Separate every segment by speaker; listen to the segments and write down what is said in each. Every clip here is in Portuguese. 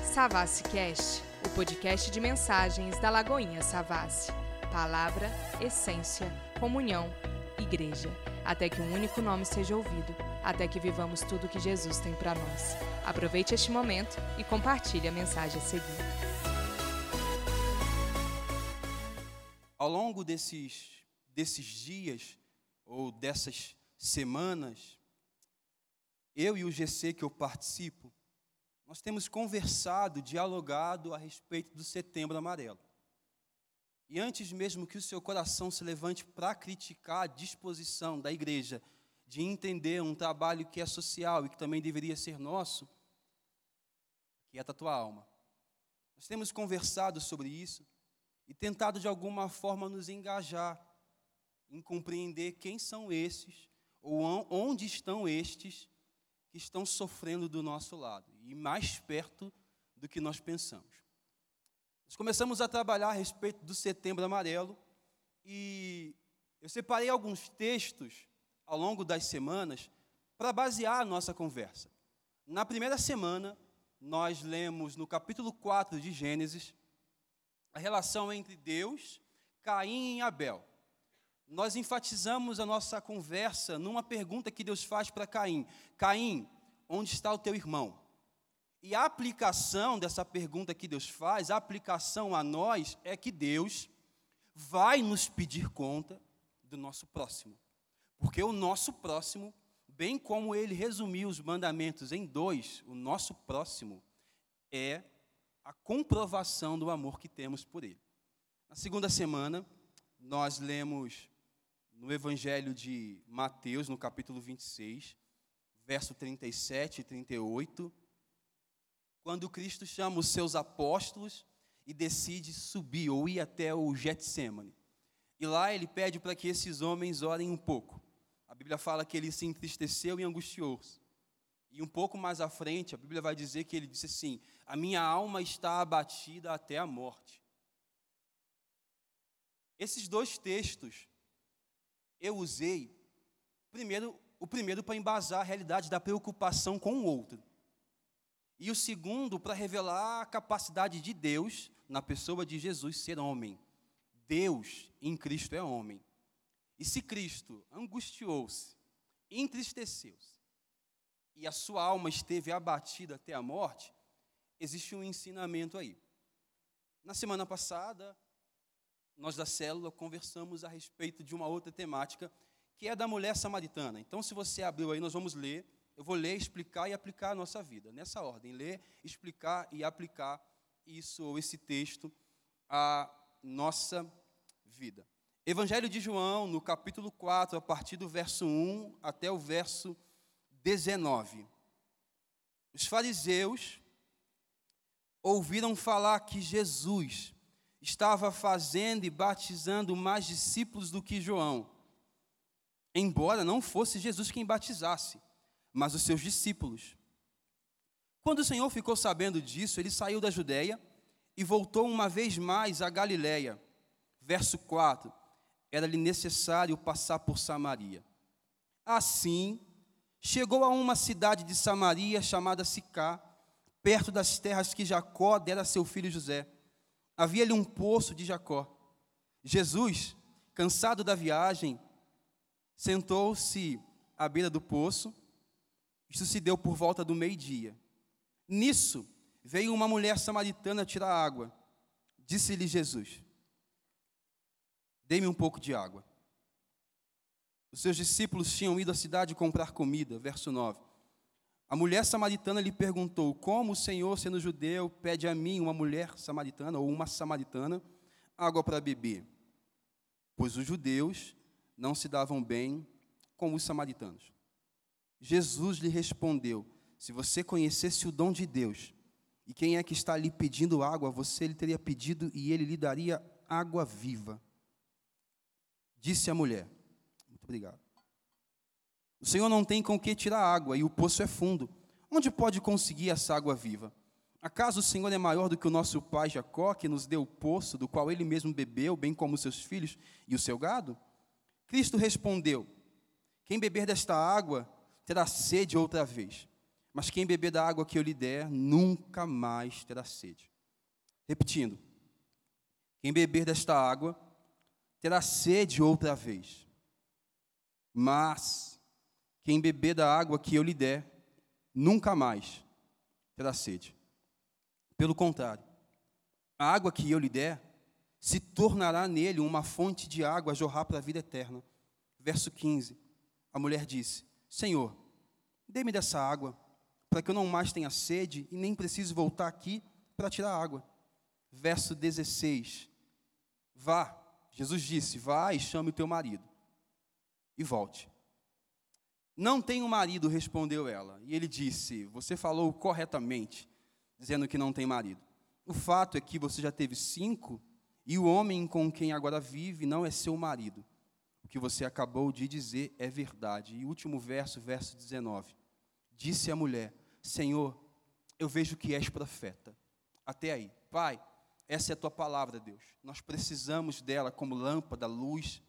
Speaker 1: Savassi Cast, o podcast de mensagens da Lagoinha Savassi. Palavra, essência, comunhão, igreja. Até que um único nome seja ouvido, até que vivamos tudo o que Jesus tem para nós. Aproveite este momento e compartilhe a mensagem a seguir.
Speaker 2: Ao longo desses dias, ou dessas semanas, eu e o GC que eu participo, nós temos conversado, dialogado a respeito do Setembro Amarelo. E antes mesmo que o seu coração se levante para criticar a disposição da igreja de entender um trabalho que é social e que também deveria ser nosso, aquieta a tua alma. Nós temos conversado sobre isso e tentado de alguma forma nos engajar em compreender quem são esses, ou onde estão estes que estão sofrendo do nosso lado, e mais perto do que nós pensamos. Nós começamos a trabalhar a respeito do Setembro Amarelo, e eu separei alguns textos ao longo das semanas para basear a nossa conversa. Na primeira semana, nós lemos no capítulo 4 de Gênesis, a relação entre Deus, Caim e Abel. Nós enfatizamos a nossa conversa numa pergunta que Deus faz para Caim. Caim, onde está o teu irmão? E a aplicação dessa pergunta que Deus faz, a aplicação a nós, é que Deus vai nos pedir conta do nosso próximo. Porque o nosso próximo, bem como ele resumiu os mandamentos em 2, o nosso próximo é a comprovação do amor que temos por ele. Na segunda semana, nós lemos no Evangelho de Mateus, no capítulo 26, verso 37 e 38, quando Cristo chama os seus apóstolos e decide subir ou ir até o Getsêmani. E lá ele pede para que esses homens orem um pouco. A Bíblia fala que ele se entristeceu e angustiou-se. E um pouco mais à frente, a Bíblia vai dizer que ele disse assim: a minha alma está abatida até a morte. Esses dois textos eu usei, o primeiro para embasar a realidade da preocupação com o outro. E o segundo para revelar a capacidade de Deus, na pessoa de Jesus, ser homem. Deus em Cristo é homem. E se Cristo angustiou-se, entristeceu-se, e a sua alma esteve abatida até a morte, existe um ensinamento aí. Na semana passada, nós da célula conversamos a respeito de uma outra temática, que é da mulher samaritana. Então, se você abriu aí, nós vamos ler. Eu vou ler, explicar e aplicar a nossa vida. Nessa ordem, ler, explicar e aplicar isso ou esse texto à nossa vida. Evangelho de João, no capítulo 4, a partir do verso 1 até o verso 19. Os fariseus ouviram falar que Jesus estava fazendo e batizando mais discípulos do que João, embora não fosse Jesus quem batizasse, mas os seus discípulos. Quando o Senhor ficou sabendo disso, ele saiu da Judeia e voltou uma vez mais à Galiléia. Verso 4, era-lhe necessário passar por Samaria. Assim, chegou a uma cidade de Samaria chamada Sicá, perto das terras que Jacó dera a seu filho José. Havia-lhe um poço de Jacó. Jesus, cansado da viagem, sentou-se à beira do poço. Isso se deu por volta do meio-dia. Nisso, veio uma mulher samaritana tirar água. Disse-lhe Jesus: dê-me um pouco de água. Os seus discípulos tinham ido à cidade comprar comida. Verso 9. A mulher samaritana lhe perguntou: como o Senhor, sendo judeu, pede a mim, uma mulher samaritana, ou uma samaritana, água para beber? Pois os judeus não se davam bem com os samaritanos. Jesus lhe respondeu: se você conhecesse o dom de Deus, e quem é que está ali pedindo água, você lhe teria pedido e ele lhe daria água viva. Disse a mulher: muito obrigado. O Senhor não tem com que tirar água, e o poço é fundo. Onde pode conseguir essa água viva? Acaso o Senhor é maior do que o nosso pai Jacó, que nos deu o poço, do qual ele mesmo bebeu, bem como os seus filhos e o seu gado? Cristo respondeu: quem beber desta água terá sede outra vez. Mas quem beber da água que eu lhe der, nunca mais terá sede. Repetindo, quem beber desta água, terá sede outra vez. Mas quem beber da água que eu lhe der, nunca mais terá sede. Pelo contrário, a água que eu lhe der, se tornará nele uma fonte de água a jorrar para a vida eterna. Verso 15, a mulher disse, Senhor, dê-me dessa água, para que eu não mais tenha sede e nem precise voltar aqui para tirar água. Verso 16, vá, Jesus disse, vá e chame o teu marido, e volte. Não tenho marido, respondeu ela. E ele disse, você falou corretamente, dizendo que não tem marido. O fato é que você já teve 5, e o homem com quem agora vive não é seu marido. O que você acabou de dizer é verdade. E o último verso, verso 19. Disse a mulher, Senhor, eu vejo que és profeta. Até aí. Pai, essa é a tua palavra, Deus. Nós precisamos dela como lâmpada, luz,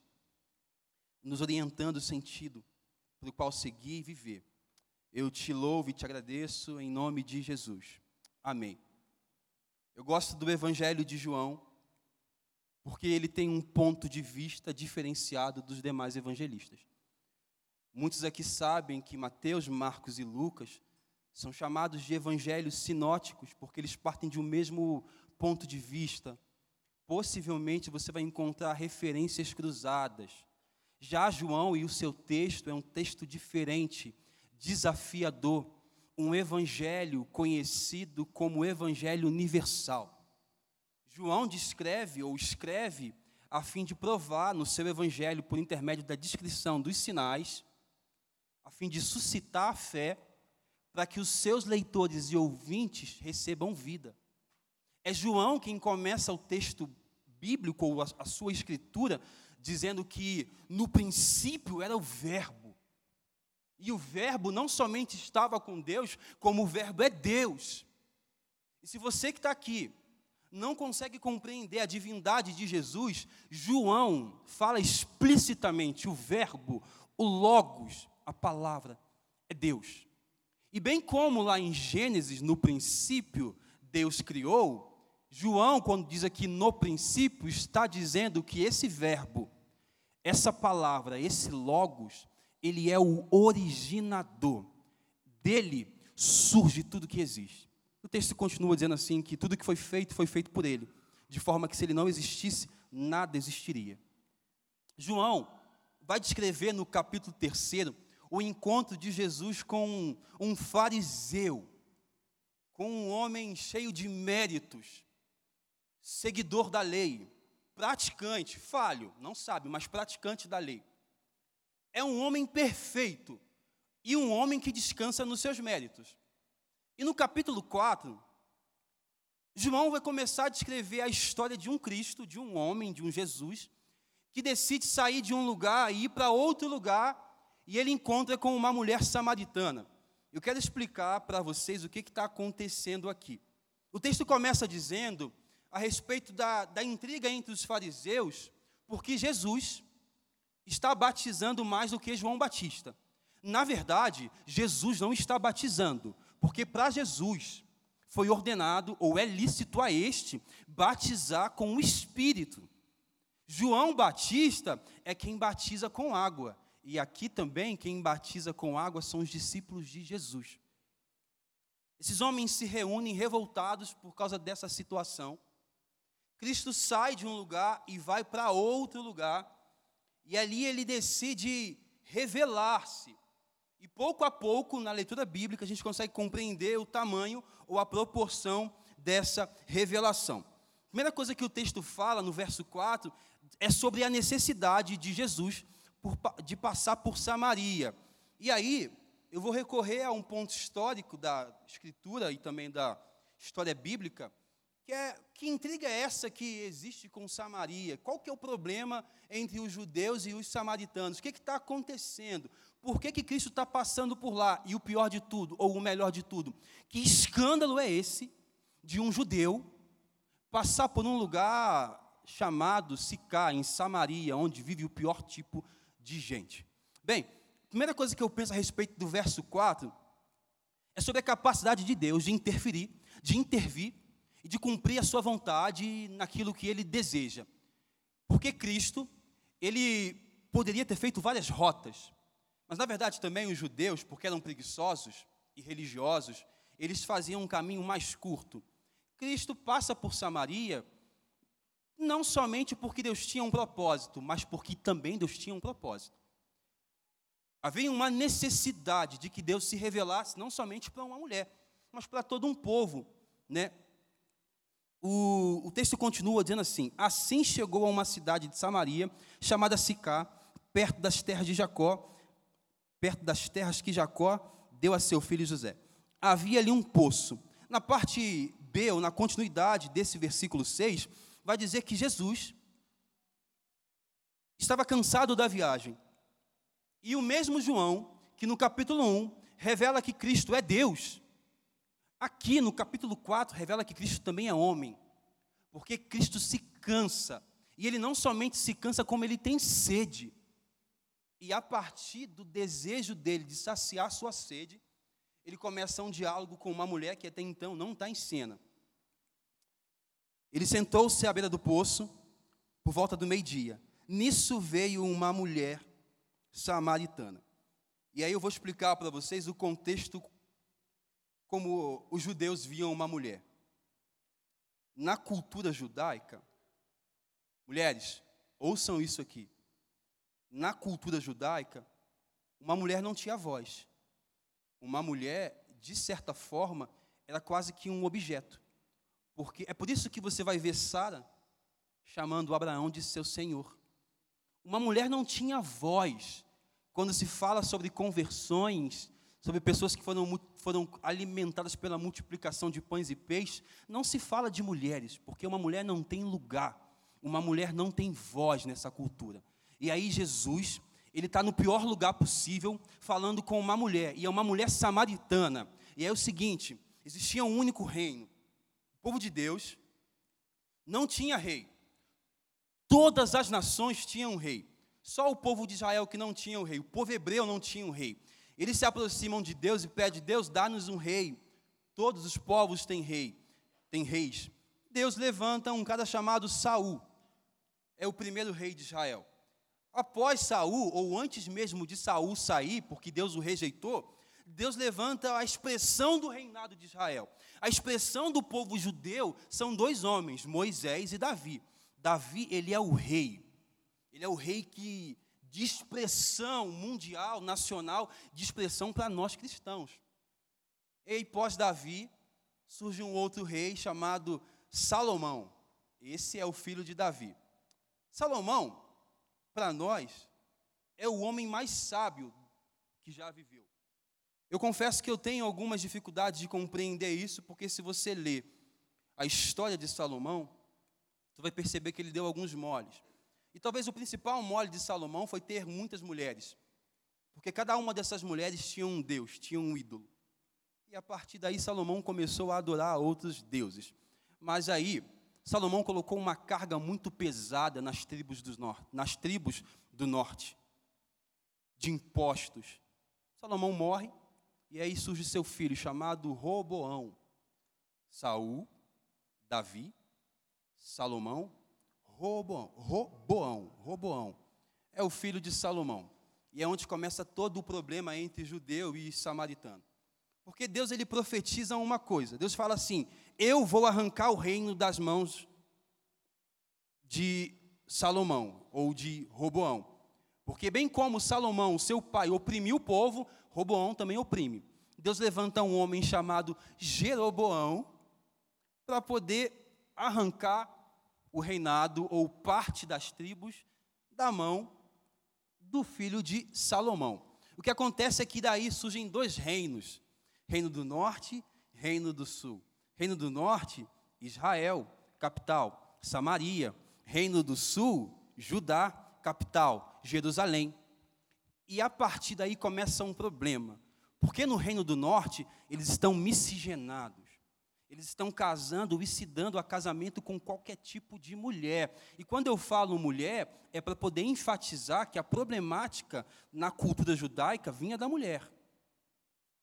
Speaker 2: nos orientando o sentido pelo qual seguir e viver. Eu te louvo e te agradeço em nome de Jesus. Amém. Eu gosto do Evangelho de João, porque ele tem um ponto de vista diferenciado dos demais evangelistas. Muitos aqui sabem que Mateus, Marcos e Lucas são chamados de evangelhos sinóticos, porque eles partem de um mesmo ponto de vista. Possivelmente você vai encontrar referências cruzadas. Já João e o seu texto é um texto diferente, desafiador, um evangelho conhecido como evangelho universal. João descreve ou escreve a fim de provar no seu evangelho, por intermédio da descrição dos sinais, a fim de suscitar a fé, para que os seus leitores e ouvintes recebam vida. É João quem começa o texto bíblico, ou a sua escritura, dizendo que no princípio era o Verbo. E o Verbo não somente estava com Deus, como o Verbo é Deus. E se você que está aqui não consegue compreender a divindade de Jesus, João fala explicitamente, o Verbo, o Logos, a palavra, é Deus. E bem como lá em Gênesis, no princípio, Deus criou, João, quando diz aqui no princípio, está dizendo que esse verbo, essa palavra, esse Logos, ele é o originador. Dele surge tudo que existe. O texto continua dizendo assim, que tudo que foi feito por ele, de forma que se ele não existisse, nada existiria. João vai descrever no capítulo 3 o encontro de Jesus com um fariseu, com um homem cheio de méritos, seguidor da lei, praticante, falho, não sabe, mas praticante da lei. É um homem perfeito e um homem que descansa nos seus méritos. E no capítulo 4, João vai começar a descrever a história de um Cristo, de um homem, de um Jesus, que decide sair de um lugar e ir para outro lugar, e ele encontra com uma mulher samaritana. Eu quero explicar para vocês o que está acontecendo aqui. O texto começa dizendo a respeito da intriga entre os fariseus, porque Jesus está batizando mais do que João Batista. Na verdade, Jesus não está batizando, porque para Jesus foi ordenado, ou é lícito a este, batizar com o Espírito. João Batista é quem batiza com água. E aqui também, quem batiza com água são os discípulos de Jesus. Esses homens se reúnem revoltados por causa dessa situação. Cristo sai de um lugar e vai para outro lugar. E ali ele decide revelar-se. E pouco a pouco, na leitura bíblica, a gente consegue compreender o tamanho ou a proporção dessa revelação. A primeira coisa que o texto fala, no verso 4, é sobre a necessidade de Jesus de passar por Samaria. E aí, eu vou recorrer a um ponto histórico da Escritura e também da história bíblica, que intriga é essa que existe com Samaria? Qual que é o problema entre os judeus e os samaritanos? O que está acontecendo? Por que Cristo está passando por lá? E o pior de tudo, ou o melhor de tudo, que escândalo é esse de um judeu passar por um lugar chamado Sicá, em Samaria, onde vive o pior tipo de gente? Bem, a primeira coisa que eu penso a respeito do verso 4 é É sobre a capacidade de Deus de interferir, de intervir e de cumprir a sua vontade naquilo que Ele deseja. Porque Cristo, Ele poderia ter feito várias rotas, mas na verdade também os judeus, porque eram preguiçosos e religiosos, eles faziam um caminho mais curto. Cristo passa por Samaria, não somente porque Deus tinha um propósito, mas porque também Deus tinha um propósito. Havia uma necessidade de que Deus se revelasse não somente para uma mulher, mas para todo um povo, né? O texto continua dizendo assim: assim chegou a uma cidade de Samaria, chamada Sicá, perto das terras de Jacó, perto das terras que Jacó deu a seu filho José. Havia ali um poço. Na parte B, ou na continuidade desse versículo 6, vai dizer que Jesus estava cansado da viagem. E o mesmo João, que no capítulo 1, revela que Cristo é Deus, aqui no capítulo 4, revela que Cristo também é homem, porque Cristo se cansa, e Ele não somente se cansa, como Ele tem sede, e a partir do desejo dele de saciar sua sede, ele começa um diálogo com uma mulher que até então não está em cena. Ele sentou-se à beira do poço, por volta do meio-dia. Nisso veio uma mulher samaritana. E aí eu vou explicar para vocês o contexto como os judeus viam uma mulher. Na cultura judaica, mulheres, ouçam isso aqui. Na cultura judaica, uma mulher não tinha voz. Uma mulher, de certa forma, era quase que um objeto. Porque é por isso que você vai ver Sara chamando Abraão de seu senhor. Uma mulher não tinha voz. Quando se fala sobre conversões, sobre pessoas que foram alimentadas pela multiplicação de pães e peixes, não se fala de mulheres, porque uma mulher não tem lugar, uma mulher não tem voz nessa cultura. E aí Jesus, ele está no pior lugar possível, falando com uma mulher, e é uma mulher samaritana. E é o seguinte, existia um único reino. O povo de Deus não tinha rei. Todas as nações tinham um rei. Só o povo de Israel que não tinha um rei. O povo hebreu não tinha um rei. Eles se aproximam de Deus e pedem: Deus, dá-nos um rei. Todos os povos têm rei, têm reis. Deus levanta um cara chamado Saul. É o primeiro rei de Israel. Após Saul, ou antes mesmo de Saul sair, porque Deus o rejeitou, Deus levanta a expressão do reinado de Israel. A expressão do povo judeu são dois homens, Moisés e Davi. Davi, ele é o rei. Ele é o rei que, de expressão mundial, nacional, de expressão para nós cristãos. E pós Davi, surge um outro rei chamado Salomão. Esse é o filho de Davi. Salomão, para nós, é o homem mais sábio que já viveu. Eu confesso que eu tenho algumas dificuldades de compreender isso, porque se você ler a história de Salomão, você vai perceber que ele deu alguns moles. E talvez o principal mole de Salomão foi ter muitas mulheres, porque cada uma dessas mulheres tinha um deus, tinha um ídolo. E a partir daí Salomão começou a adorar outros deuses. Mas aí Salomão colocou uma carga muito pesada nas tribos do norte, de impostos. Salomão morre, e aí surge seu filho, chamado Roboão. Saul, Davi, Salomão, Roboão. É o filho de Salomão. E é onde começa todo o problema entre judeu e samaritano. Porque Deus, ele profetiza uma coisa. Deus fala assim: eu vou arrancar o reino das mãos de Salomão, ou de Roboão. Porque bem como Salomão, seu pai, oprimiu o povo, Roboão também oprime. Deus levanta um homem chamado Jeroboão para poder arrancar o reinado, ou parte das tribos, da mão do filho de Salomão. O que acontece é que daí surgem dois reinos: Reino do Norte, Reino do Sul. Reino do Norte, Israel, capital, Samaria. Reino do Sul, Judá, capital, Jerusalém. E a partir daí começa um problema, porque no Reino do Norte eles estão miscigenados. Eles estão casando e se dando a casamento com qualquer tipo de mulher. E quando eu falo mulher, é para poder enfatizar que a problemática na cultura judaica vinha da mulher.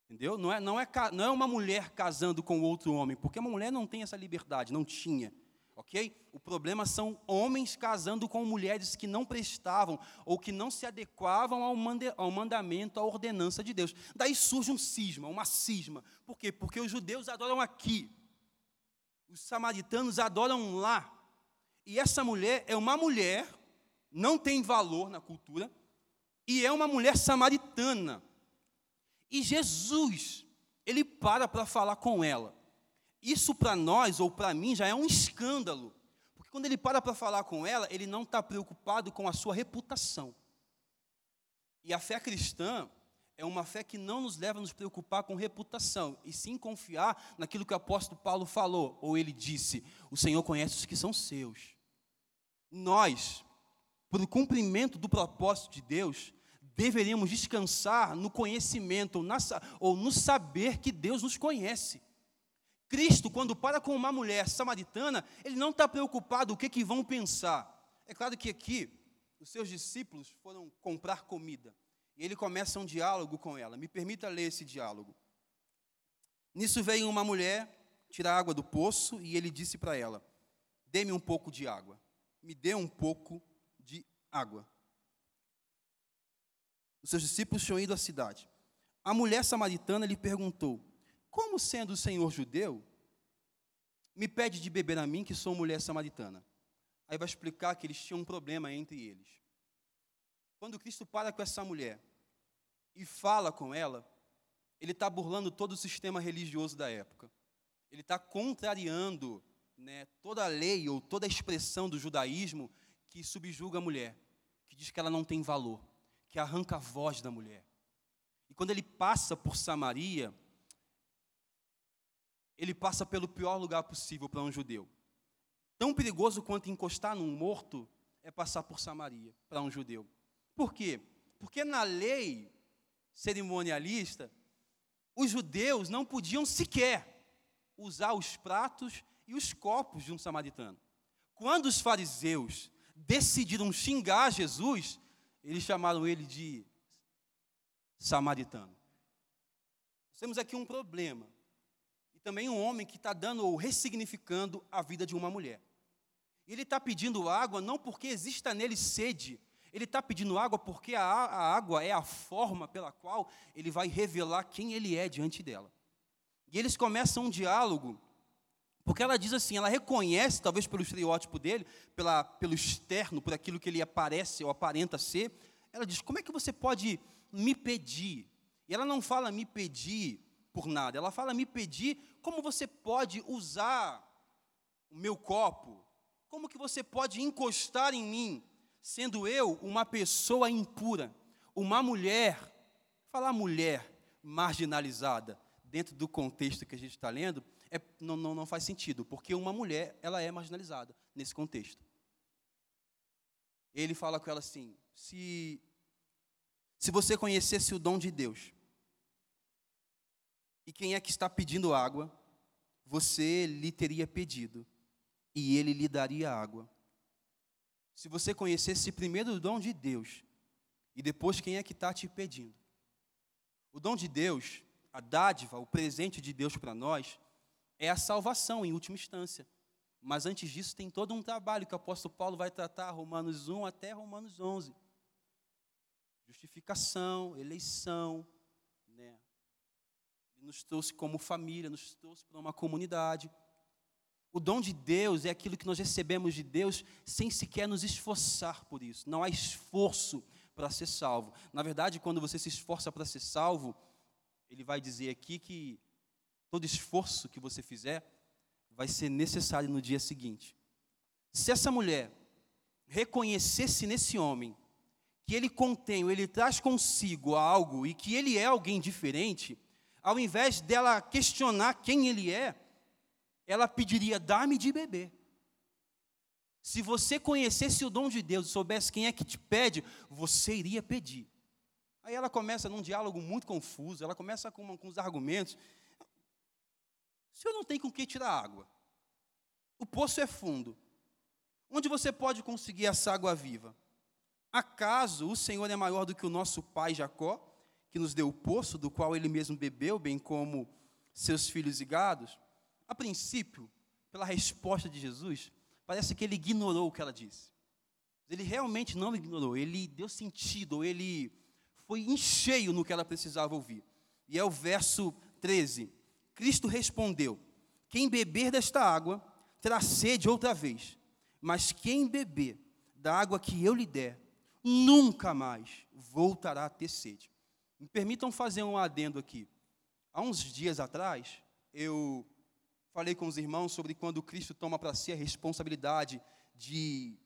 Speaker 2: Entendeu? Não é uma mulher casando com outro homem, porque uma mulher não tem essa liberdade, não tinha. Ok? O problema são homens casando com mulheres que não prestavam ou que não se adequavam ao mandamento, à ordenança de Deus. Daí surge um cisma, uma cisma. Por quê? Porque os judeus adoram aqui, os samaritanos adoram lá. E essa mulher é uma mulher, não tem valor na cultura, e é uma mulher samaritana. E Jesus, ele para falar com ela. Isso para nós, ou para mim, já é um escândalo. Porque quando ele para falar com ela, ele não está preocupado com a sua reputação. E a fé cristã é uma fé que não nos leva a nos preocupar com reputação, e sim confiar naquilo que o apóstolo Paulo falou, ou ele disse: o Senhor conhece os que são seus. Nós, por cumprimento do propósito de Deus, deveríamos descansar no conhecimento, ou no saber que Deus nos conhece. Cristo, quando para com uma mulher samaritana, ele não está preocupado o que vão pensar. É claro que aqui, os seus discípulos foram comprar comida, e ele começa um diálogo com ela. Me permita ler esse diálogo. Nisso veio uma mulher tirar água do poço, e ele disse para ela: dê-me um pouco de água. Me dê um pouco de água. Os seus discípulos tinham ido à cidade. A mulher samaritana lhe perguntou: como sendo o Senhor judeu, me pede de beber a mim, que sou mulher samaritana? Aí vai explicar que eles tinham um problema entre eles. Quando Cristo para com essa mulher e fala com ela, ele está burlando todo o sistema religioso da época. Ele está contrariando, toda a lei ou toda a expressão do judaísmo que subjuga a mulher, que diz que ela não tem valor, que arranca a voz da mulher. E quando ele passa por Samaria, ele passa pelo pior lugar possível para um judeu. Tão perigoso quanto encostar num morto é passar por Samaria para um judeu. Por quê? Porque na lei cerimonialista, os judeus não podiam sequer usar os pratos e os copos de um samaritano. Quando os fariseus decidiram xingar Jesus, eles chamaram ele de samaritano. Nós temos aqui um problema. E também um homem que está dando ou ressignificando a vida de uma mulher. Ele está pedindo água não porque exista nele sede. Ele está pedindo água porque a água é a forma pela qual ele vai revelar quem ele é diante dela. E eles começam um diálogo, porque ela diz assim, ela reconhece, talvez pelo estereótipo dele, pelo externo, por aquilo que ele aparece ou aparenta ser, ela diz: como é que você pode me pedir? E ela não fala me pedir por nada, ela fala me pedir como você pode usar o meu copo, como que você pode encostar em mim, sendo eu uma pessoa impura, uma mulher, falar mulher marginalizada, dentro do contexto que a gente está lendo, não faz sentido, porque uma mulher, ela é marginalizada nesse contexto. Ele fala com ela assim: se você conhecesse o dom de Deus, e quem é que está pedindo água, você lhe teria pedido, e ele lhe daria água. Se você conhecesse primeiro o dom de Deus, e depois quem é que está te pedindo. O dom de Deus, a dádiva, o presente de Deus para nós, é a salvação em última instância. Mas antes disso tem todo um trabalho que o apóstolo Paulo vai tratar, Romanos 1 até Romanos 11. Justificação, eleição, Ele nos trouxe como família, nos trouxe para uma comunidade. O dom de Deus é aquilo que nós recebemos de Deus sem sequer nos esforçar por isso. Não há esforço para ser salvo. Na verdade, quando você se esforça para ser salvo, ele vai dizer aqui que todo esforço que você fizer vai ser necessário no dia seguinte. Se essa mulher reconhecesse nesse homem que ele contém, ele traz consigo algo e que ele é alguém diferente, ao invés dela questionar quem ele é, ela pediria: dá-me de beber. Se você conhecesse o dom de Deus e soubesse quem é que te pede, você iria pedir. Aí ela começa num diálogo muito confuso, ela começa com os argumentos. O senhor não tem com que tirar água. O poço é fundo. Onde você pode conseguir essa água viva? Acaso o Senhor é maior do que o nosso pai Jacó, que nos deu o poço, do qual ele mesmo bebeu, bem como seus filhos e gados, a princípio, pela resposta de Jesus, parece que ele ignorou o que ela disse. Ele realmente não ignorou, ele deu sentido, ele foi em cheio no que ela precisava ouvir. E é o verso 13. Cristo respondeu: quem beber desta água terá sede outra vez, mas quem beber da água que eu lhe der, nunca mais voltará a ter sede. Me permitam fazer um adendo aqui. Há uns dias atrás, eu falei com os irmãos sobre quando Cristo toma para si a responsabilidade de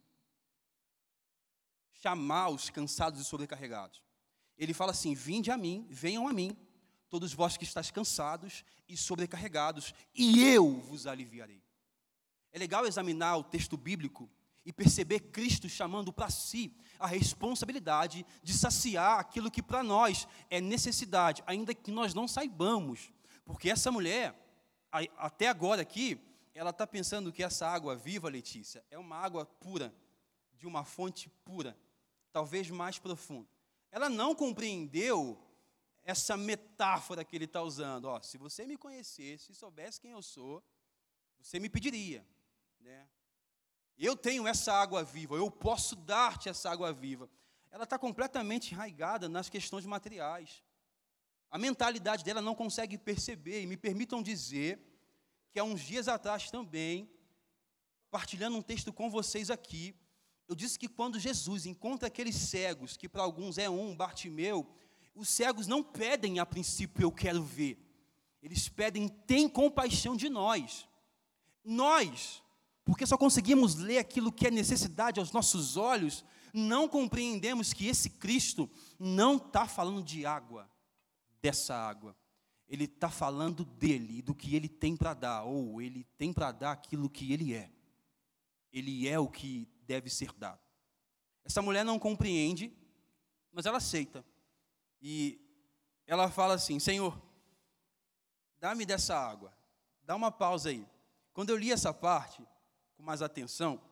Speaker 2: chamar os cansados e sobrecarregados. Ele fala assim: vinde a mim, venham a mim, todos vós que estáis cansados e sobrecarregados, e eu vos aliviarei. É legal examinar o texto bíblico e perceber Cristo chamando para si a responsabilidade de saciar aquilo que para nós é necessidade, ainda que nós não saibamos. Porque essa mulher, até agora aqui, ela está pensando que essa água viva, Letícia, é uma água pura, de uma fonte pura, talvez mais profunda. Ela não compreendeu essa metáfora que ele está usando. Ó, se você me conhecesse, soubesse quem eu sou, você me pediria, né? Eu tenho essa água viva, eu posso dar-te essa água viva. Ela está completamente enraizada nas questões materiais. A mentalidade dela não consegue perceber. E me permitam dizer que há uns dias atrás também, partilhando um texto com vocês aqui, eu disse que quando Jesus encontra aqueles cegos, que para alguns é Bartimeu, os cegos não pedem a princípio: eu quero ver. Eles pedem: tem compaixão de nós. Nós, porque só conseguimos ler aquilo que é necessidade aos nossos olhos, não compreendemos que esse Cristo não está falando de água, dessa água. Ele está falando dele, do que ele tem para dar, ou ele tem para dar aquilo que ele é. Ele é o que deve ser dado. Essa mulher não compreende, mas ela aceita. E ela fala assim: Senhor, dá-me dessa água. Dá uma pausa aí. Quando eu li essa parte com mais atenção,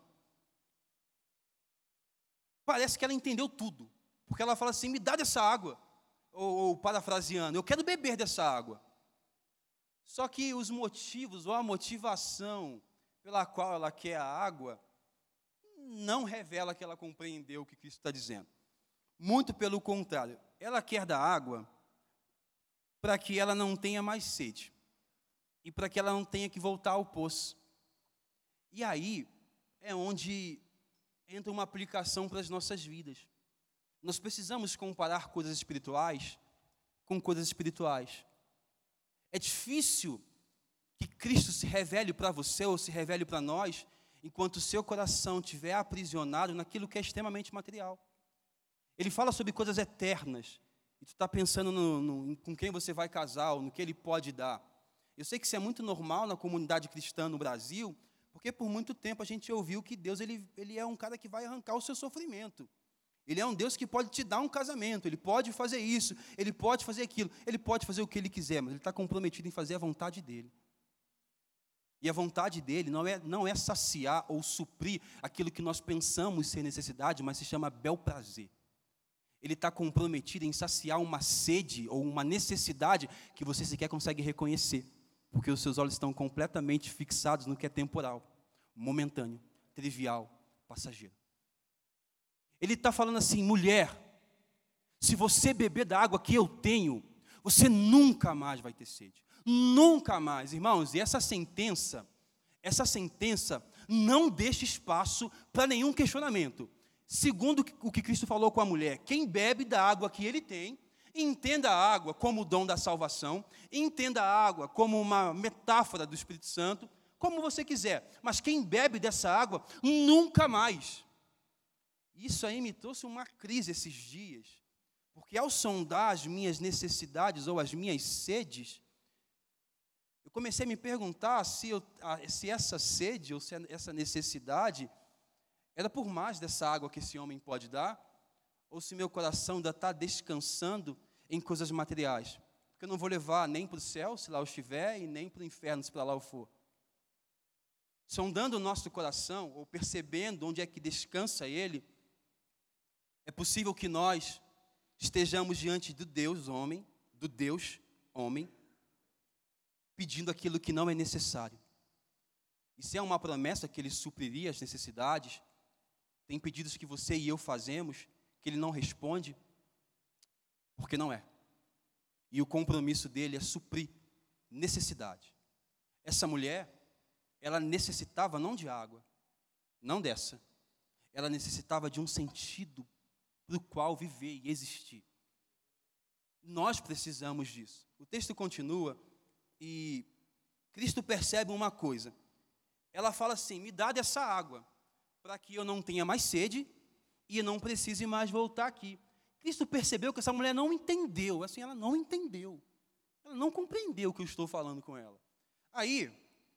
Speaker 2: parece que ela entendeu tudo. Porque ela fala assim: me dá dessa água. Ou parafraseando, eu quero beber dessa água. Só que os motivos ou a motivação pela qual ela quer a água não revela que ela compreendeu o que Cristo está dizendo. Muito pelo contrário, ela quer da água para que ela não tenha mais sede e para que ela não tenha que voltar ao poço. E aí é onde entra uma aplicação para as nossas vidas. Nós precisamos comparar coisas espirituais com coisas espirituais. É difícil que Cristo se revele para você ou se revele para nós enquanto o seu coração estiver aprisionado naquilo que é extremamente material. Ele fala sobre coisas eternas e tu está pensando com quem você vai casar ou no que ele pode dar. Eu sei que isso é muito normal na comunidade cristã no Brasil, porque por muito tempo a gente ouviu que Deus ele é um cara que vai arrancar o seu sofrimento. Ele é um Deus que pode te dar um casamento, Ele pode fazer isso, Ele pode fazer aquilo, Ele pode fazer o que Ele quiser, mas Ele está comprometido em fazer a vontade dEle. E a vontade dEle não é saciar ou suprir aquilo que nós pensamos ser necessidade, mas se chama bel prazer. Ele está comprometido em saciar uma sede ou uma necessidade que você sequer consegue reconhecer, porque os seus olhos estão completamente fixados no que é temporal, momentâneo, trivial, passageiro. Ele está falando assim: mulher, se você beber da água que eu tenho, você nunca mais vai ter sede. Nunca mais, irmãos. E essa sentença não deixa espaço para nenhum questionamento. Segundo o que Cristo falou com a mulher, quem bebe da água que ele tem, entenda a água como o dom da salvação, entenda a água como uma metáfora do Espírito Santo, como você quiser. Mas quem bebe dessa água, nunca mais. Isso aí me trouxe uma crise esses dias, porque ao sondar as minhas necessidades ou as minhas sedes, eu comecei a me perguntar se essa sede ou se essa necessidade era por mais dessa água que esse homem pode dar, ou se meu coração ainda está descansando em coisas materiais, porque eu não vou levar nem para o céu, se lá eu estiver, e nem para o inferno, se para lá eu for. Sondando o nosso coração, ou percebendo onde é que descansa ele, é possível que nós estejamos diante do Deus homem, pedindo aquilo que não é necessário. E se é uma promessa que Ele supriria as necessidades, tem pedidos que você e eu fazemos, que Ele não responde, porque não é. E o compromisso dele é suprir necessidade. Essa mulher, ela necessitava não de água, não dessa. Ela necessitava de um sentido para o qual viver e existir. Nós precisamos disso. O texto continua e Cristo percebe uma coisa. Ela fala assim: me dá dessa água, para que eu não tenha mais sede e não precise mais voltar aqui. Cristo percebeu que essa mulher não entendeu, assim, ela não entendeu. Ela não compreendeu o que eu estou falando com ela. Aí,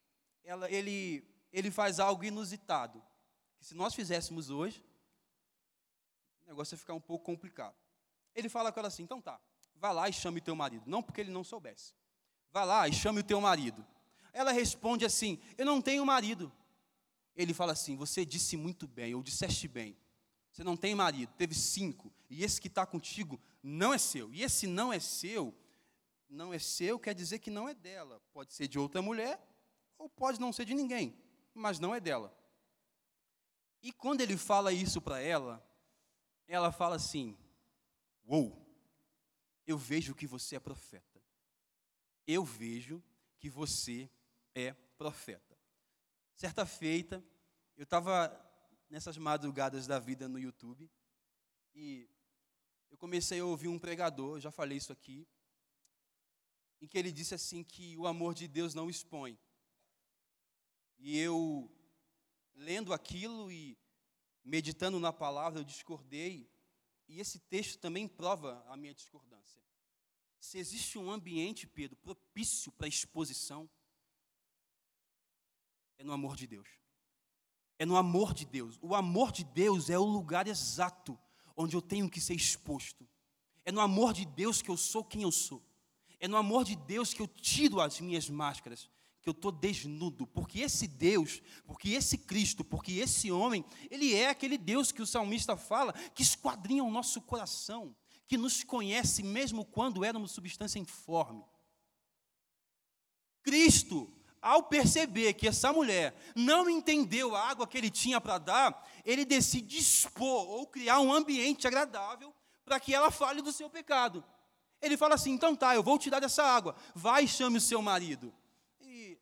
Speaker 2: ele faz algo inusitado, que se nós fizéssemos hoje, o negócio ia ficar um pouco complicado. Ele fala com ela assim: então tá, vá lá e chame o teu marido. Não porque ele não soubesse. Vá lá e chame o teu marido. Ela responde assim: eu não tenho marido. Ele fala assim: você disse muito bem, ou disseste bem. Você não tem marido, teve 5, e esse que está contigo não é seu. E esse não é seu quer dizer que não é dela. Pode ser de outra mulher, ou pode não ser de ninguém, mas não é dela. E quando ele fala isso para ela, ela fala assim: uou, eu vejo que você é profeta. Eu vejo que você é profeta. Certa feita, eu estava nessas madrugadas da vida no YouTube, e eu comecei a ouvir um pregador, já falei isso aqui, em que ele disse assim que o amor de Deus não expõe. E eu, lendo aquilo e meditando na palavra, eu discordei, e esse texto também prova a minha discordância. Se existe um ambiente, Pedro, propício para exposição, é no amor de Deus. É no amor de Deus. O amor de Deus é o lugar exato onde eu tenho que ser exposto. É no amor de Deus que eu sou quem eu sou. É no amor de Deus que eu tiro as minhas máscaras, que eu estou desnudo. Porque esse Deus, porque esse Cristo, porque esse homem, ele é aquele Deus que o salmista fala, que esquadrinha o nosso coração, que nos conhece mesmo quando éramos substância informe. Cristo, ao perceber que essa mulher não entendeu a água que ele tinha para dar, ele decide expor ou criar um ambiente agradável para que ela fale do seu pecado. Ele fala assim: então tá, eu vou te dar dessa água, vai e chame o seu marido. E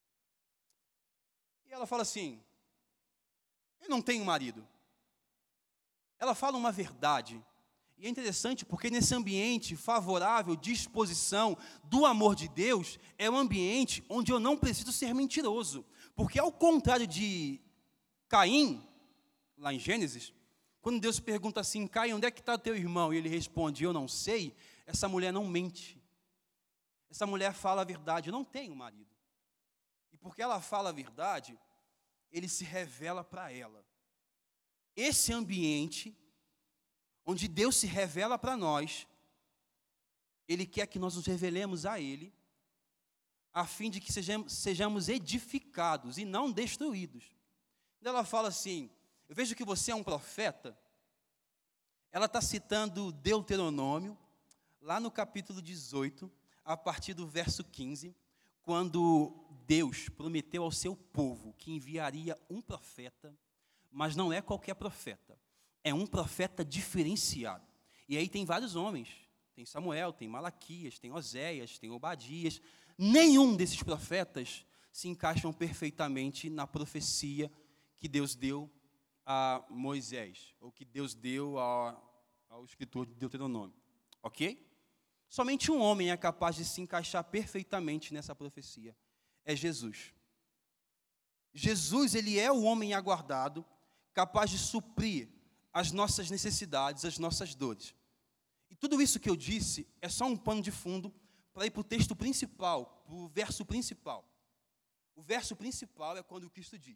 Speaker 2: ela fala assim: eu não tenho marido. Ela fala uma verdade. E é interessante porque nesse ambiente favorável, de exposição do amor de Deus, é um ambiente onde eu não preciso ser mentiroso. Porque ao contrário de Caim, lá em Gênesis, quando Deus pergunta assim: Caim, onde é que está o teu irmão? E ele responde: eu não sei. Essa mulher não mente. Essa mulher fala a verdade: eu não tenho marido. E porque ela fala a verdade, ele se revela para ela. Esse ambiente onde Deus se revela para nós, Ele quer que nós nos revelemos a Ele, a fim de que sejamos edificados e não destruídos. Ela fala assim: eu vejo que você é um profeta. Ela está citando Deuteronômio, lá no capítulo 18, a partir do verso 15, quando Deus prometeu ao seu povo que enviaria um profeta, mas não é qualquer profeta. É um profeta diferenciado. E aí tem vários homens. Tem Samuel, tem Malaquias, tem Oséias, tem Obadias. Nenhum desses profetas se encaixam perfeitamente na profecia que Deus deu a Moisés, ou que Deus deu ao escritor de Deuteronômio. Ok? Somente um homem é capaz de se encaixar perfeitamente nessa profecia. É Jesus. Jesus, ele é o homem aguardado, capaz de suprir as nossas necessidades, as nossas dores. E tudo isso que eu disse é só um pano de fundo para ir para o texto principal, para o verso principal. O verso principal é quando Cristo diz: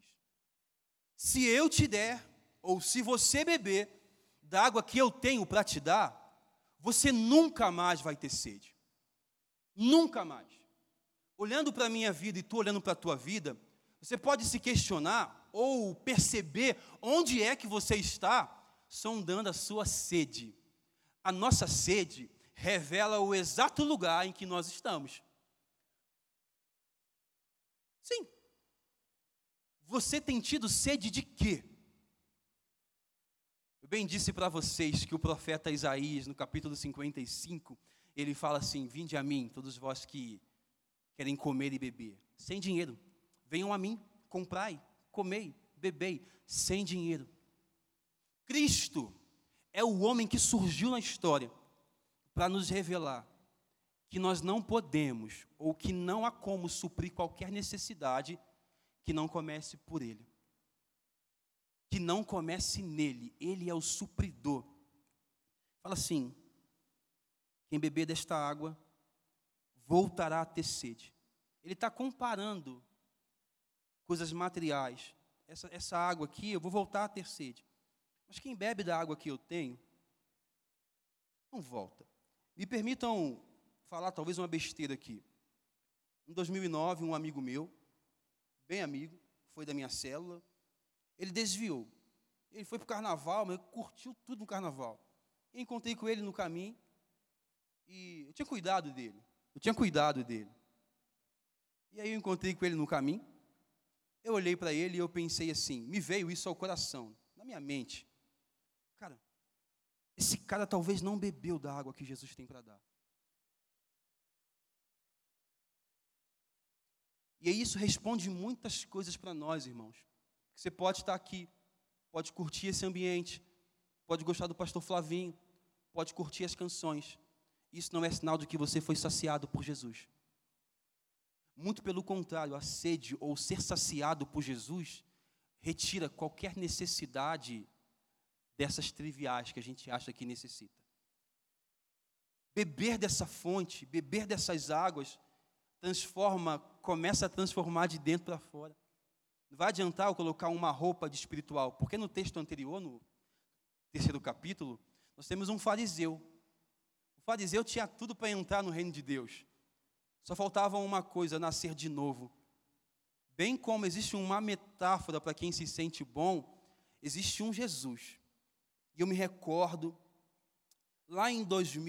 Speaker 2: se eu te der, ou se você beber da água que eu tenho para te dar, você nunca mais vai ter sede. Nunca mais. Olhando para a minha vida e tu olhando para a tua vida, você pode se questionar ou perceber onde é que você está sondando a sua sede. a nossa sede revela o exato lugar em que nós estamos. Sim. Você tem tido sede de quê? Eu bem disse para vocês que o profeta Isaías, no capítulo 55, ele fala assim: vinde a mim, todos vós que querem comer e beber, sem dinheiro. Venham a mim, comprai, comei, bebei, sem dinheiro. Cristo é o homem que surgiu na história para nos revelar que nós não podemos, ou que não há como suprir qualquer necessidade que não comece por Ele. Que não comece nele, Ele é o supridor. Fala assim: quem beber desta água voltará a ter sede. Ele está comparando coisas materiais. Essa água aqui, eu vou voltar a ter sede. Mas quem bebe da água que eu tenho, não volta. Me permitam falar talvez uma besteira aqui. Em 2009, um amigo meu, bem amigo, foi da minha célula, ele desviou. Ele foi para o carnaval, mas curtiu tudo no carnaval. Eu encontrei com ele no caminho e eu tinha cuidado dele. E aí eu encontrei com ele no caminho, eu olhei para ele e eu pensei assim, me veio isso ao coração, na minha mente. Cara, esse cara talvez não bebeu da água que Jesus tem para dar. E aí isso responde muitas coisas para nós, irmãos. Você pode estar aqui, pode curtir esse ambiente, pode gostar do pastor Flavinho, pode curtir as canções. Isso não é sinal de que você foi saciado por Jesus. Muito pelo contrário, a sede ou ser saciado por Jesus retira qualquer necessidade dessas triviais que a gente acha que necessita. Beber dessa fonte, beber dessas águas, começa a transformar de dentro para fora. Não vai adiantar eu colocar uma roupa de espiritual, porque no texto anterior, no 3º capítulo, nós temos um fariseu. O fariseu tinha tudo para entrar no reino de Deus. Só faltava uma coisa, nascer de novo. Bem como existe uma metáfora para quem se sente bom, existe um Jesus. E eu me recordo, lá em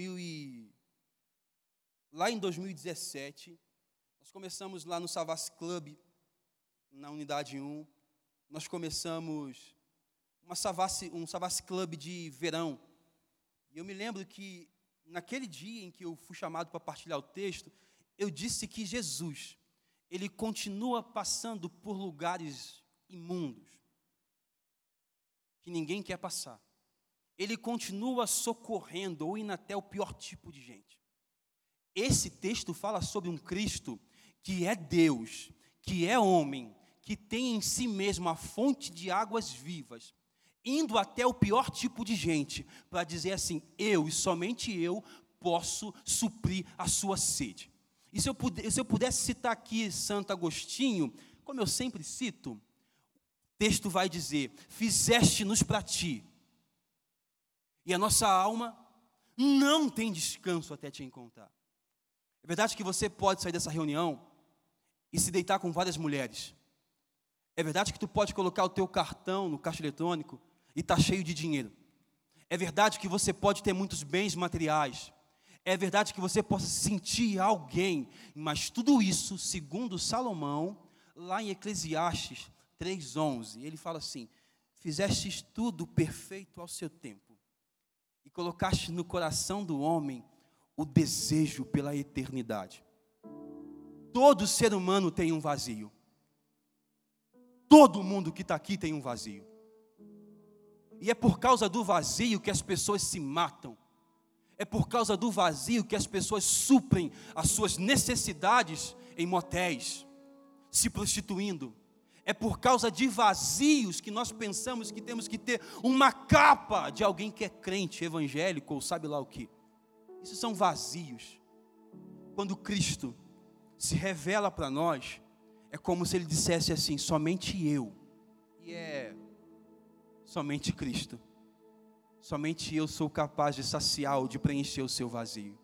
Speaker 2: 2017, nós começamos lá no Savassi Club, na unidade 1, nós começamos um Savassi Club de verão. E eu me lembro que, naquele dia em que eu fui chamado para partilhar o texto, eu disse que Jesus, Ele continua passando por lugares imundos, que ninguém quer passar. Ele continua socorrendo ou indo até o pior tipo de gente. Esse texto fala sobre um Cristo que é Deus, que é homem, que tem em si mesmo a fonte de águas vivas, indo até o pior tipo de gente, para dizer assim: eu e somente eu posso suprir a sua sede. E se eu pudesse citar aqui Santo Agostinho, como eu sempre cito, o texto vai dizer: fizeste-nos para ti, e a nossa alma não tem descanso até te encontrar. É verdade que você pode sair dessa reunião e se deitar com várias mulheres. É verdade que tu pode colocar o teu cartão no caixa eletrônico e está cheio de dinheiro. É verdade que você pode ter muitos bens materiais. É verdade que você possa sentir alguém. Mas tudo isso, segundo Salomão, lá em Eclesiastes 3:11, ele fala assim: fizestes tudo perfeito ao seu tempo, e colocaste no coração do homem o desejo pela eternidade. Todo ser humano tem um vazio. Todo mundo que está aqui tem um vazio. E é por causa do vazio que as pessoas se matam. É por causa do vazio que as pessoas suprem as suas necessidades em motéis, se prostituindo. É por causa de vazios que nós pensamos que temos que ter uma capa de alguém que é crente, evangélico ou sabe lá o que. Isso são vazios. Quando Cristo se revela para nós, é como se Ele dissesse assim: somente eu, e é somente Cristo, somente eu sou capaz de saciar ou de preencher o seu vazio.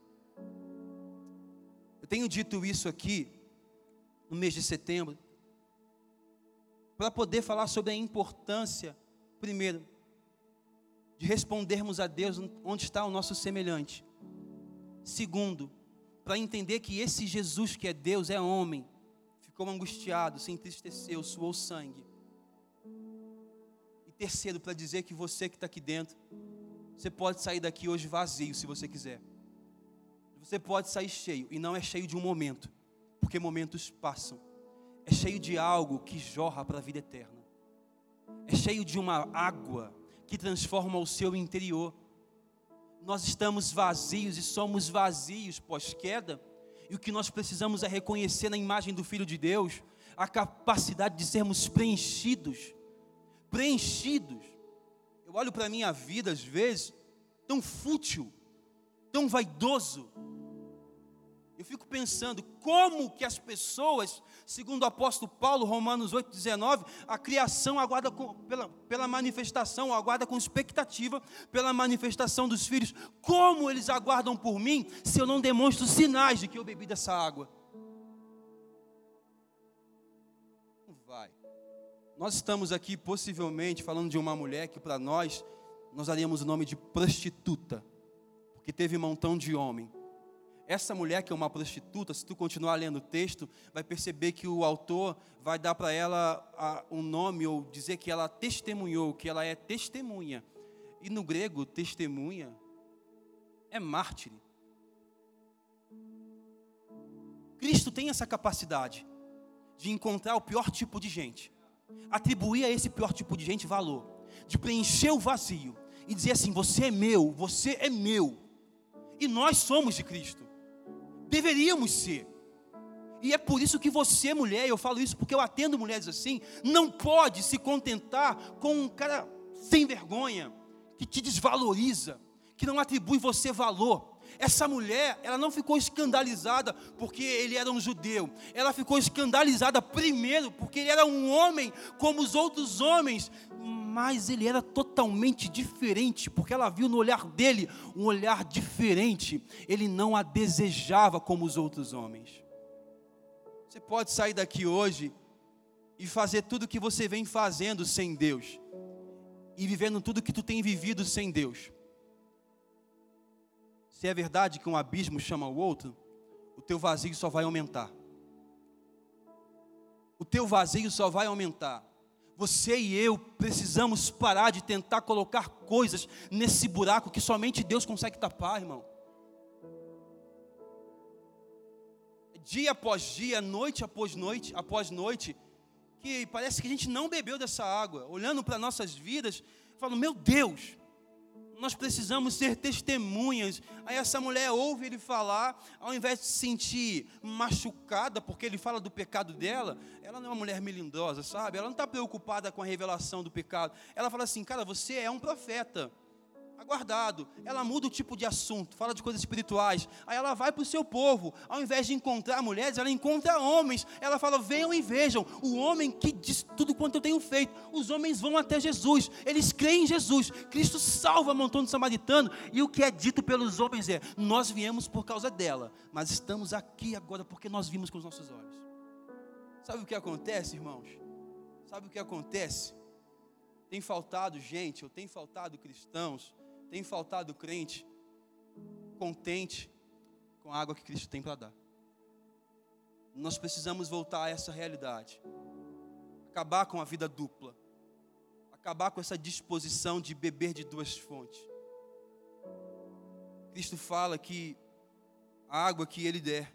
Speaker 2: Eu tenho dito isso aqui no mês de setembro, para poder falar sobre a importância, primeiro, de respondermos a Deus onde está o nosso semelhante. Segundo, para entender que esse Jesus que é Deus é homem, ficou angustiado, se entristeceu, suou sangue. E terceiro, para dizer que você que está aqui dentro, você pode sair daqui hoje vazio, se você quiser. Você pode sair cheio, e não é cheio de um momento, porque momentos passam. É cheio de algo que jorra para a vida eterna. É cheio de uma água que transforma o seu interior. Nós estamos vazios e somos vazios pós-queda, e o que nós precisamos é reconhecer na imagem do Filho de Deus a capacidade de sermos preenchidos. Eu olho para a minha vida às vezes, tão fútil, tão vaidoso. Eu fico pensando como que as pessoas, segundo o apóstolo Paulo, Romanos 8,19, a criação aguarda pela manifestação, aguarda com expectativa pela manifestação dos filhos. Como eles aguardam por mim, se eu não demonstro sinais de que eu bebi dessa água? Não vai. Nós estamos aqui possivelmente falando de uma mulher que para nós daríamos o nome de prostituta, porque teve um montão de homem. Essa mulher que é uma prostituta, se tu continuar lendo o texto, vai perceber que o autor vai dar para ela um nome, ou dizer que ela testemunhou, que ela é testemunha. E no grego, testemunha é mártir. Cristo tem essa capacidade de encontrar o pior tipo de gente, atribuir a esse pior tipo de gente valor, de preencher o vazio e dizer assim: você é meu, e nós somos de Cristo. Deveríamos ser. E é por isso que você, mulher, eu falo isso porque eu atendo mulheres assim, não pode se contentar com um cara sem vergonha, que te desvaloriza, que não atribui você valor. Essa mulher, ela não ficou escandalizada porque ele era um judeu. Ela ficou escandalizada primeiro porque ele era um homem como os outros homens, mas ele era totalmente diferente, porque ela viu no olhar dele um olhar diferente. Ele não a desejava como os outros homens. Você pode sair daqui hoje e fazer tudo o que você vem fazendo sem Deus, e vivendo tudo que tu tem vivido sem Deus. Se é verdade que um abismo chama o outro, o teu vazio só vai aumentar. O teu vazio só vai aumentar. Você e eu precisamos parar de tentar colocar coisas nesse buraco que somente Deus consegue tapar, irmão. Dia após dia, noite após noite, que parece que a gente não bebeu dessa água. Olhando para nossas vidas, falo: meu Deus, nós precisamos ser testemunhas. Aí essa mulher ouve ele falar, ao invés de se sentir machucada, porque ele fala do pecado dela, ela não é uma mulher melindrosa, sabe? Ela não está preocupada com a revelação do pecado. Ela fala assim: cara, você é um profeta, aguardado. Ela muda o tipo de assunto, fala de coisas espirituais. Aí ela vai para o seu povo, ao invés de encontrar mulheres, ela encontra homens. Ela fala: venham e vejam, o homem que diz tudo quanto eu tenho feito. Os homens vão até Jesus, eles creem em Jesus. Cristo salva montão de samaritano, e o que é dito pelos homens é: nós viemos por causa dela, mas estamos aqui agora porque nós vimos com os nossos olhos. Sabe o que acontece, irmãos? Sabe o que acontece? Tem faltado gente, ou tem faltado cristãos, tem faltado crente contente com a água que Cristo tem para dar. Nós precisamos voltar a essa realidade, acabar com a vida dupla, acabar com essa disposição de beber de duas fontes. Cristo fala que a água que Ele der,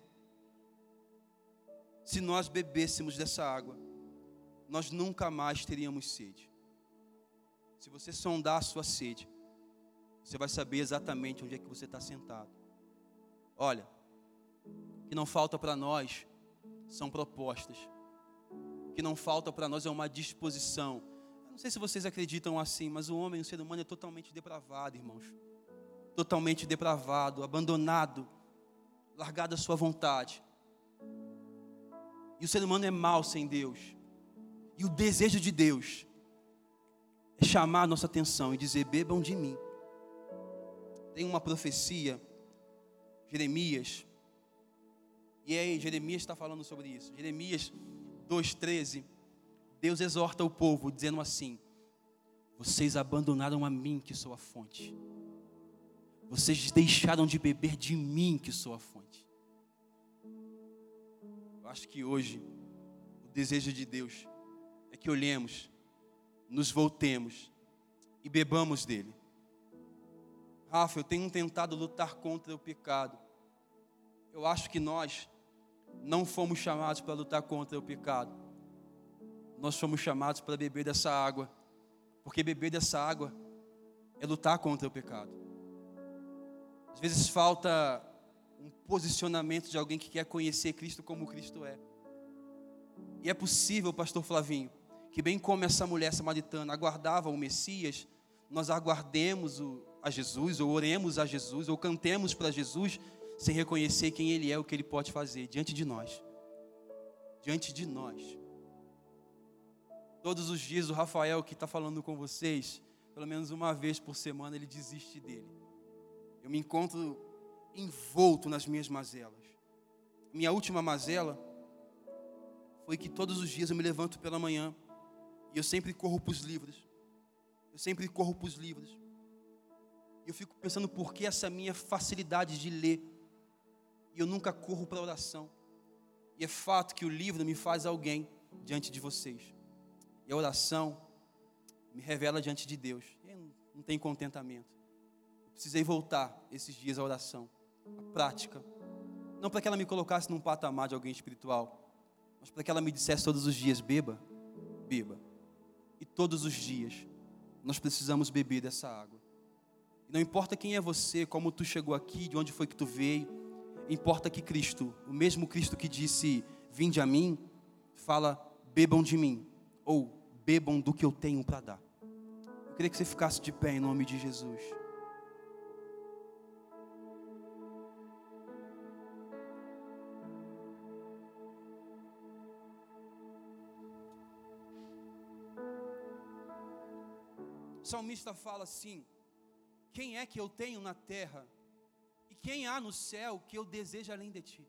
Speaker 2: se nós bebêssemos dessa água, nós nunca mais teríamos sede. Se você sondar a sua sede, você vai saber exatamente onde é que você está sentado. Olha, o que não falta para nós são propostas. O que não falta para nós é uma disposição. Eu não sei se vocês acreditam assim, mas o homem, o ser humano é totalmente depravado, irmãos. Totalmente depravado, abandonado, largado à sua vontade. E o ser humano é mau sem Deus. E o desejo de Deus é chamar a nossa atenção e dizer: bebam de mim. Tem uma profecia, Jeremias, e aí Jeremias está falando sobre isso. Jeremias 2,13, Deus exorta o povo dizendo assim: vocês abandonaram a mim, que sou a fonte. Vocês deixaram de beber de mim, que sou a fonte. Eu acho que hoje, o desejo de Deus é que olhemos, nos voltemos e bebamos dele. Rafa, eu tenho tentado lutar contra o pecado. Eu acho que nós não fomos chamados para lutar contra o pecado. Nós fomos chamados para beber dessa água. Porque beber dessa água é lutar contra o pecado. Às vezes falta um posicionamento de alguém que quer conhecer Cristo como Cristo é. E é possível, pastor Flavinho, que bem como essa mulher samaritana aguardava o Messias, nós aguardemos a Jesus, ou oremos a Jesus, ou cantemos para Jesus, sem reconhecer quem Ele é, o que Ele pode fazer diante de nós. Diante de nós. Todos os dias o Rafael, que está falando com vocês, pelo menos uma vez por semana, ele desiste dele. Eu me encontro envolto nas minhas mazelas. Minha última mazela foi que todos os dias eu me levanto pela manhã e eu sempre corro para os livros. E eu fico pensando por que essa minha facilidade de ler e eu nunca corro para a oração. E é fato que o livro me faz alguém diante de vocês. E a oração me revela diante de Deus. E não tem contentamento. Eu precisei voltar esses dias à oração, à prática. Não para que ela me colocasse num patamar de alguém espiritual, mas para que ela me dissesse todos os dias: beba, beba. E todos os dias nós precisamos beber dessa água. E não importa quem é você, como tu chegou aqui, de onde foi que tu veio, importa que Cristo, o mesmo Cristo que disse: vinde a mim, fala: bebam de mim, ou bebam do que eu tenho para dar. Eu queria que você ficasse de pé em nome de Jesus. O salmista fala assim: quem é que eu tenho na terra e quem há no céu que eu desejo além de ti?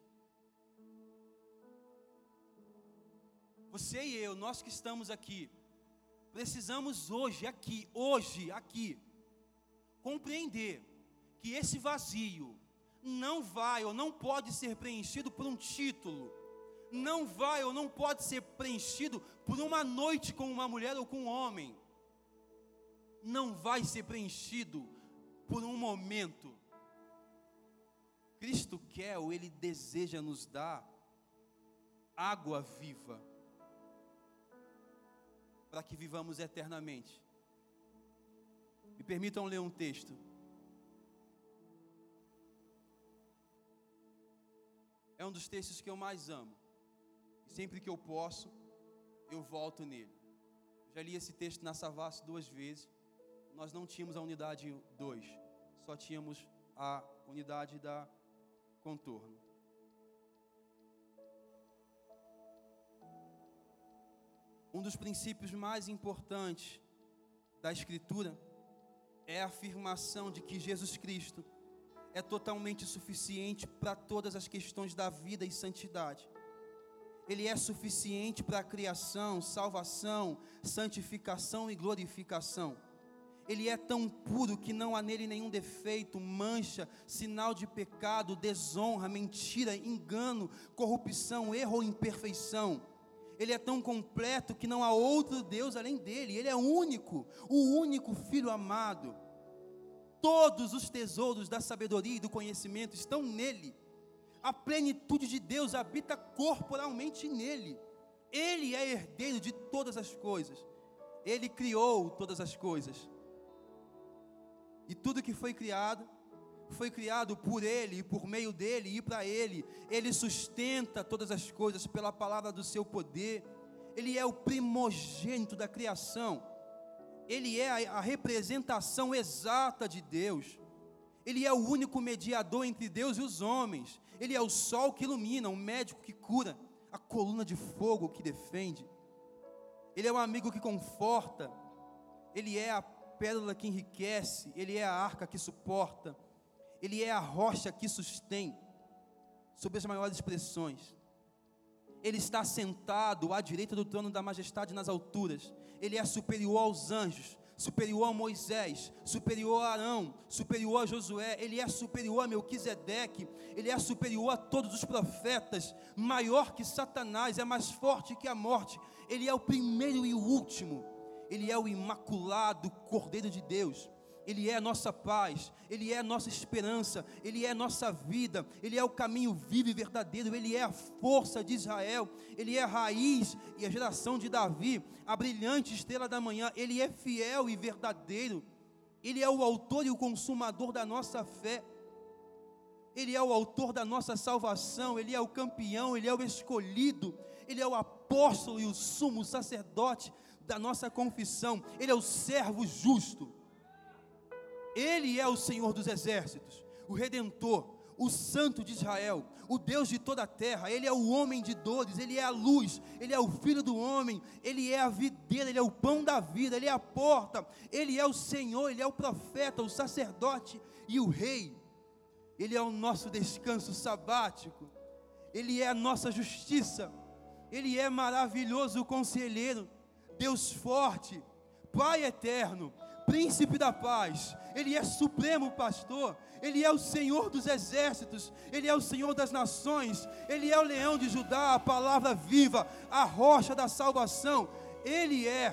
Speaker 2: Você e eu, nós que estamos aqui, precisamos hoje aqui, compreender que esse vazio não vai ou não pode ser preenchido por um título, não vai ou não pode ser preenchido por uma noite com uma mulher ou com um homem, não vai ser preenchido por um momento. Cristo quer ou Ele deseja nos dar água viva, para que vivamos eternamente. Me permitam ler um texto. É um dos textos que eu mais amo. E sempre que eu posso, eu volto nele. Já li esse texto na Savassi 2 vezes. Nós não tínhamos a unidade 2. Só tínhamos a unidade da contorno. Um dos princípios mais importantes da Escritura é a afirmação de que Jesus Cristo é totalmente suficiente para todas as questões da vida e santidade. Ele é suficiente para a criação, salvação, santificação e glorificação. Ele é tão puro que não há nele nenhum defeito, mancha, sinal de pecado, desonra, mentira, engano, corrupção, erro ou imperfeição. Ele é tão completo que não há outro Deus além dele. Ele é único, o único Filho amado. Todos os tesouros da sabedoria e do conhecimento estão nele. A plenitude de Deus habita corporalmente nele. Ele é herdeiro de todas as coisas. Ele criou todas as coisas. E tudo que foi criado por Ele, e por meio dEle, e para Ele. Ele sustenta todas as coisas pela palavra do seu poder. Ele é o primogênito da criação. Ele é a representação exata de Deus. Ele é o único mediador entre Deus e os homens. Ele é o sol que ilumina, o médico que cura, a coluna de fogo que defende. Ele é o amigo que conforta. Ele é a pérola que enriquece. Ele é a arca que suporta. Ele é a rocha que sustém, sob as maiores expressões. Ele está sentado à direita do trono da majestade nas alturas. Ele é superior aos anjos, superior a Moisés, superior a Arão, superior a Josué, Ele é superior a Melquisedeque, Ele é superior a todos os profetas, maior que Satanás, é mais forte que a morte, Ele é o primeiro e o último, Ele é o imaculado Cordeiro de Deus, Ele é a nossa paz, Ele é a nossa esperança, Ele é a nossa vida, Ele é o caminho vivo e verdadeiro, Ele é a força de Israel, Ele é a raiz e a geração de Davi, a brilhante estrela da manhã, Ele é fiel e verdadeiro, Ele é o autor e o consumador da nossa fé, Ele é o autor da nossa salvação, Ele é o campeão, Ele é o escolhido, Ele é o apóstolo e o sumo sacerdote da nossa confissão, Ele é o servo justo, Ele é o Senhor dos exércitos, o Redentor, o Santo de Israel, o Deus de toda a terra, Ele é o homem de dores, Ele é a luz, Ele é o Filho do homem, Ele é a videira, Ele é o pão da vida, Ele é a porta, Ele é o Senhor, Ele é o profeta, o sacerdote e o rei, Ele é o nosso descanso sabático, Ele é a nossa justiça, Ele é maravilhoso conselheiro, Deus forte, Pai eterno, Príncipe da paz, Ele é supremo pastor, Ele é o Senhor dos exércitos, Ele é o Senhor das nações, Ele é o leão de Judá, a palavra viva, a rocha da salvação, Ele é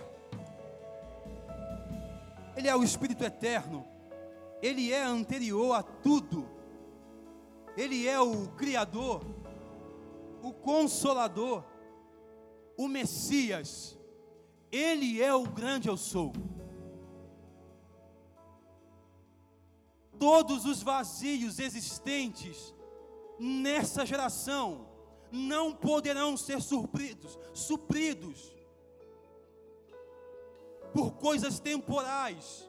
Speaker 2: o Espírito eterno, Ele é anterior a tudo, Ele é o Criador, o Consolador, o Messias, Ele é o grande eu sou. Todos os vazios existentes nessa geração não poderão ser supridos por coisas temporais.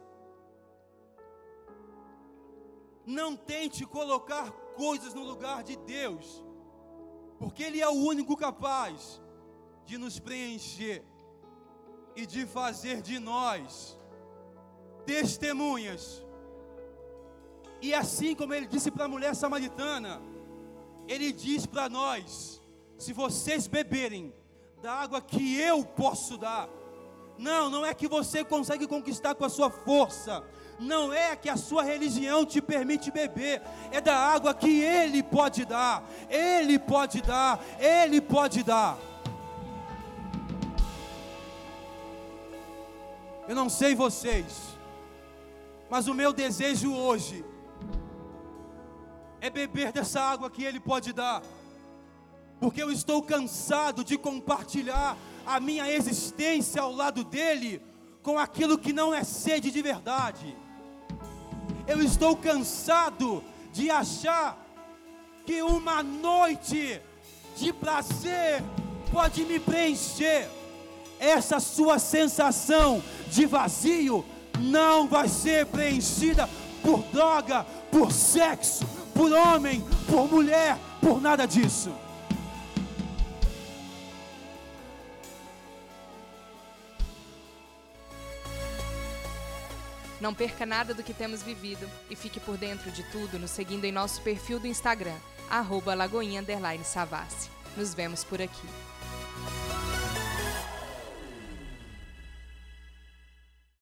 Speaker 2: Não tente colocar coisas no lugar de Deus, porque Ele é o único capaz de nos preencher e de fazer de nós testemunhas. E assim como Ele disse para a mulher samaritana, Ele diz para nós: se vocês beberem da água que eu posso dar, não é que você consegue conquistar com a sua força, não é que a sua religião te permite beber, é da água que Ele pode dar, Ele pode dar, Ele pode dar. Eu não sei vocês, mas o meu desejo hoje é beber dessa água que Ele pode dar, porque eu estou cansado de compartilhar a minha existência ao lado dEle com aquilo que não é sede de verdade. Eu estou cansado de achar que uma noite de prazer pode me preencher. Essa sua sensação de vazio não vai ser preenchida por droga, por sexo, por homem, por mulher, por nada disso.
Speaker 1: Não perca nada do que temos vivido e fique por dentro de tudo nos seguindo em nosso perfil do Instagram, @Lagoinha_Savassi. Nos vemos por aqui.